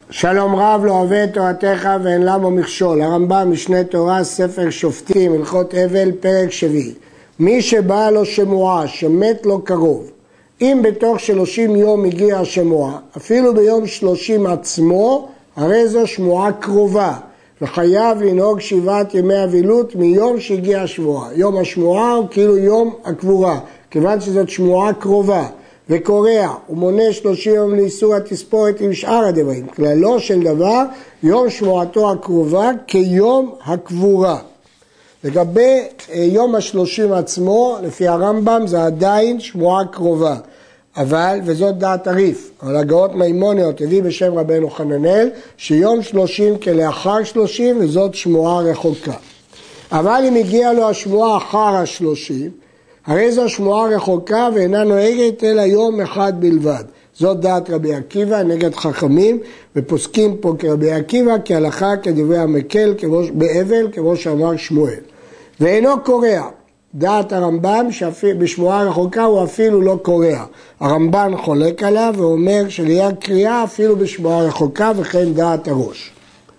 שלום רב לא אוהב את תורתך ואין למו מכשול. הרמב"ם משנה תורה ספר שופטים הלכות אבל פרק שביעי. מי שבא לו שמועה שמת לו קרוב, אם בתוך 30 יום הגיע השמועה, אפילו ביום 30 עצמו, הרי זו שמועה קרובה וחייב לנהוג 7 ימי אבילות מיום שהגיע השמועה. יום השמועה הוא כאילו יום הקבורה, כיוון שזאת שמועה קרובה. וקורע, הוא מונה 30 יום לאיסור התספורת עם שאר הדברים. כללו של דבר, יום שמועתו הקרובה כיום הקבורה. לגבי יום ה-30 עצמו, לפי הרמב"ם זה עדיין שמועה קרובה. אבל, וזאת דעת הריף, אבל הגאות מימוניות הביא בשם רבנו חננאל, שיום 30 כלאחר 30 וזאת שמועה רחוקה. אבל אם הגיע לו השמועה אחר ה-30, הרי זו שמועה רחוקה ואינה נוהגת אלא יום אחד בלבד. זאת דעת רבי עקיבא נגד חכמים, ופוסקים פה כרבי עקיבא כהלכה כדברי המקל באבל כמו שאמר שמואל. ואינו קורע. דעת הרמב"ם שבשמועה רחוקה הוא אפילו לא קורע. הרמב"ן חולק עליו ואומר שליד קריאה אפילו בשמועה רחוקה, וכן דעת הראש.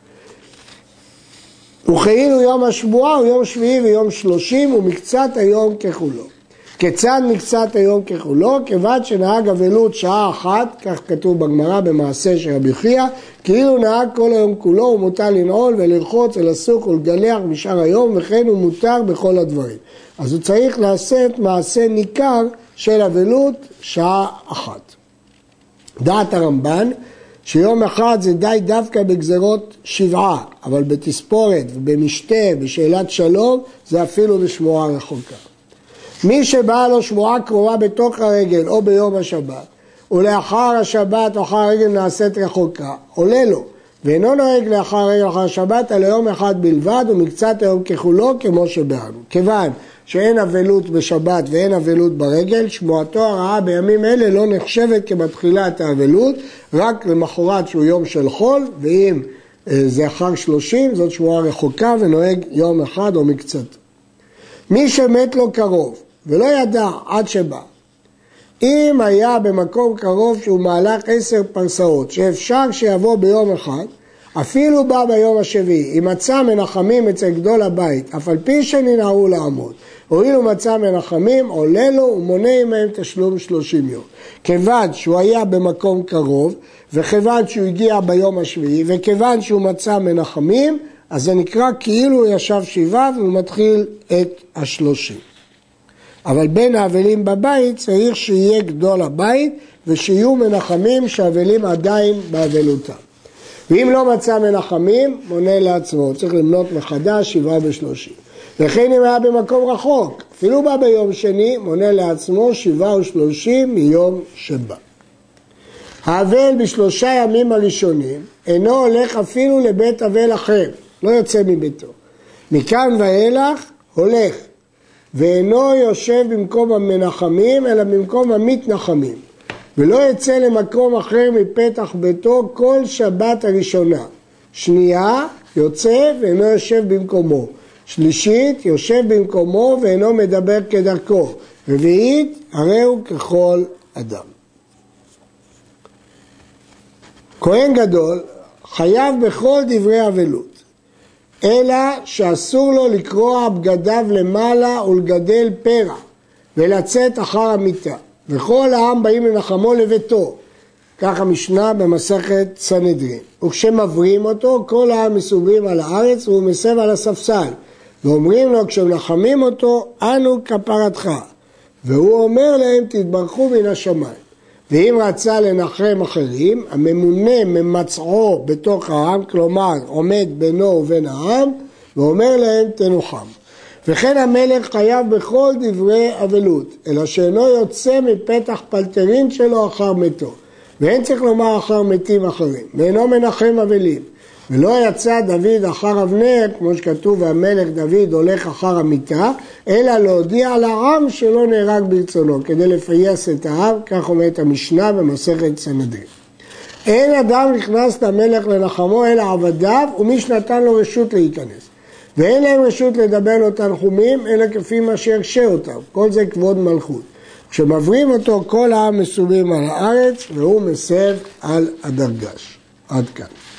וכאילו יום השבועה הוא יום שביעי ויום 30 ומקצת היום ככולו. כיצד מקצת היום ככולו? כיוון שנהג אבלות שעה אחת, כך כתוב בגמרא במעשה של רבי חייא, כאילו נהג כל היום כולו, הוא מותר לנעול ולרחוץ ולסוק ולגלח משאר היום, וכן הוא מותר בכל הדברים. אז הוא צריך לעשות מעשה ניכר של אבלות שעה אחת. דעת הרמב"ן, שיום אחד זה די דווקא בגזרות 7, אבל בתספורת ובמשתה, בשאלת שלום, זה אפילו בשמועה רחוקה. מי שבא לו שמועה קרובה בתוך הרגל או ביום השבת, ולאחר השבת או אחר הרגל נעשית רחוקה, עולה לו, ואינו נוהג לאחר הרגל או אחר השבת, על יום אחד בלבד ומקצת היום ככולו כמו שבאנו. כיוון שאין אבלות בשבת ואין אבלות ברגל, שמועתו הרעה בימים אלה לא נחשבת כמתחילת האבלות, רק למחרת שהוא יום של חול, ואם זה אחר 30, זאת שמועה רחוקה ונוהג יום אחד או מקצת. מי שמת לו קרוב ולא ידע עד שבא, אם היה במקום קרוב שהוא מהלך 10 פרסאות, שאפשר שיבוא ביום אחד, אפילו בא ביום השביעי, אם מצא מנחמים אצל גדול הבית, אף על פי שננהרו לעמוד, הואיל ומצא מנחמים, עולה לו ומונה עמהם תשלום 30 יום. כיוון שהוא היה במקום קרוב, וכיוון שהוא הגיע ביום השביעי, וכיוון שהוא מצא מנחמים, אז זה נקרא כאילו הוא ישב 7 והוא מתחיל את 30. אבל בין האבלים בבית צריך שיהיה גדול הבית, ושיהיו מנחמים שהאבלים עדיין באבלותם. ואם לא מצא מנחמים, מונה לעצמו, צריך למנות מחדש 7 ו-30. וכן אם היה במקום רחוק, אפילו בא ביום שני, מונה לעצמו 7 ו-30 מיום שבא. האבל ב3 ימים הראשונים אינו הולך אפילו לבית אבל אחר, לא יוצא מביתו. מכאן ואילך הולך, ואינו יושב במקום המנחמים, אלא במקום המתנחמים. ולא יצא למקום אחר מפתח ביתו כל שבת הראשונה. שנייה יוצא ואינו יושב במקומו. שלישית יושב במקומו ואינו מדבר כדרכו. רביעית הרי הוא ככל אדם. כהן גדול חייב בכל דברי אבלות, אלא שאסור לו לקרוע בגדיו למעלה ולגדל פרע ולצאת אחר המיטה. וכל העם באים לנחמו לביתו, כך המשנה במסכת סנהדרין. וכשמברים אותו, כל העם מסובים על הארץ והוא מסב על הספסל. ואומרים לו, כשמנחמים אותו, אנו כפרתך. והוא אומר להם, תתברכו מן השמיים. ואם רצה לנחם אחרים, הממונה ממצעו בתוך העם, כלומר עומד בינו ובין העם, ואומר להם תנוחם. וכן המלך חייב בכל דברי אבלות, אלא שאינו יוצא מפתח פלטרין שלו אחר מתו, ואין צריך לומר אחר מתים אחרים, ואינו מנחם אבלים. ולא יצא דוד אחר אבנר, כמו שכתוב, והמלך דוד הולך אחר המיטה, אלא להודיע לעם שלא נהרג ברצונו, כדי לפייס את העם, כך אומרת המשנה במסכת סנהדרין. אין אדם נכנס למלך לנחמו, אלא עבדיו, ומי שנתן לו רשות להיכנס. ואין להם רשות לדבר לו תנחומים, אלא כפי מה שירשה אותם. כל זה כבוד מלכות. כשמברים אותו, כל העם מסובים על הארץ, והוא מסב על הדרגש. עד כאן.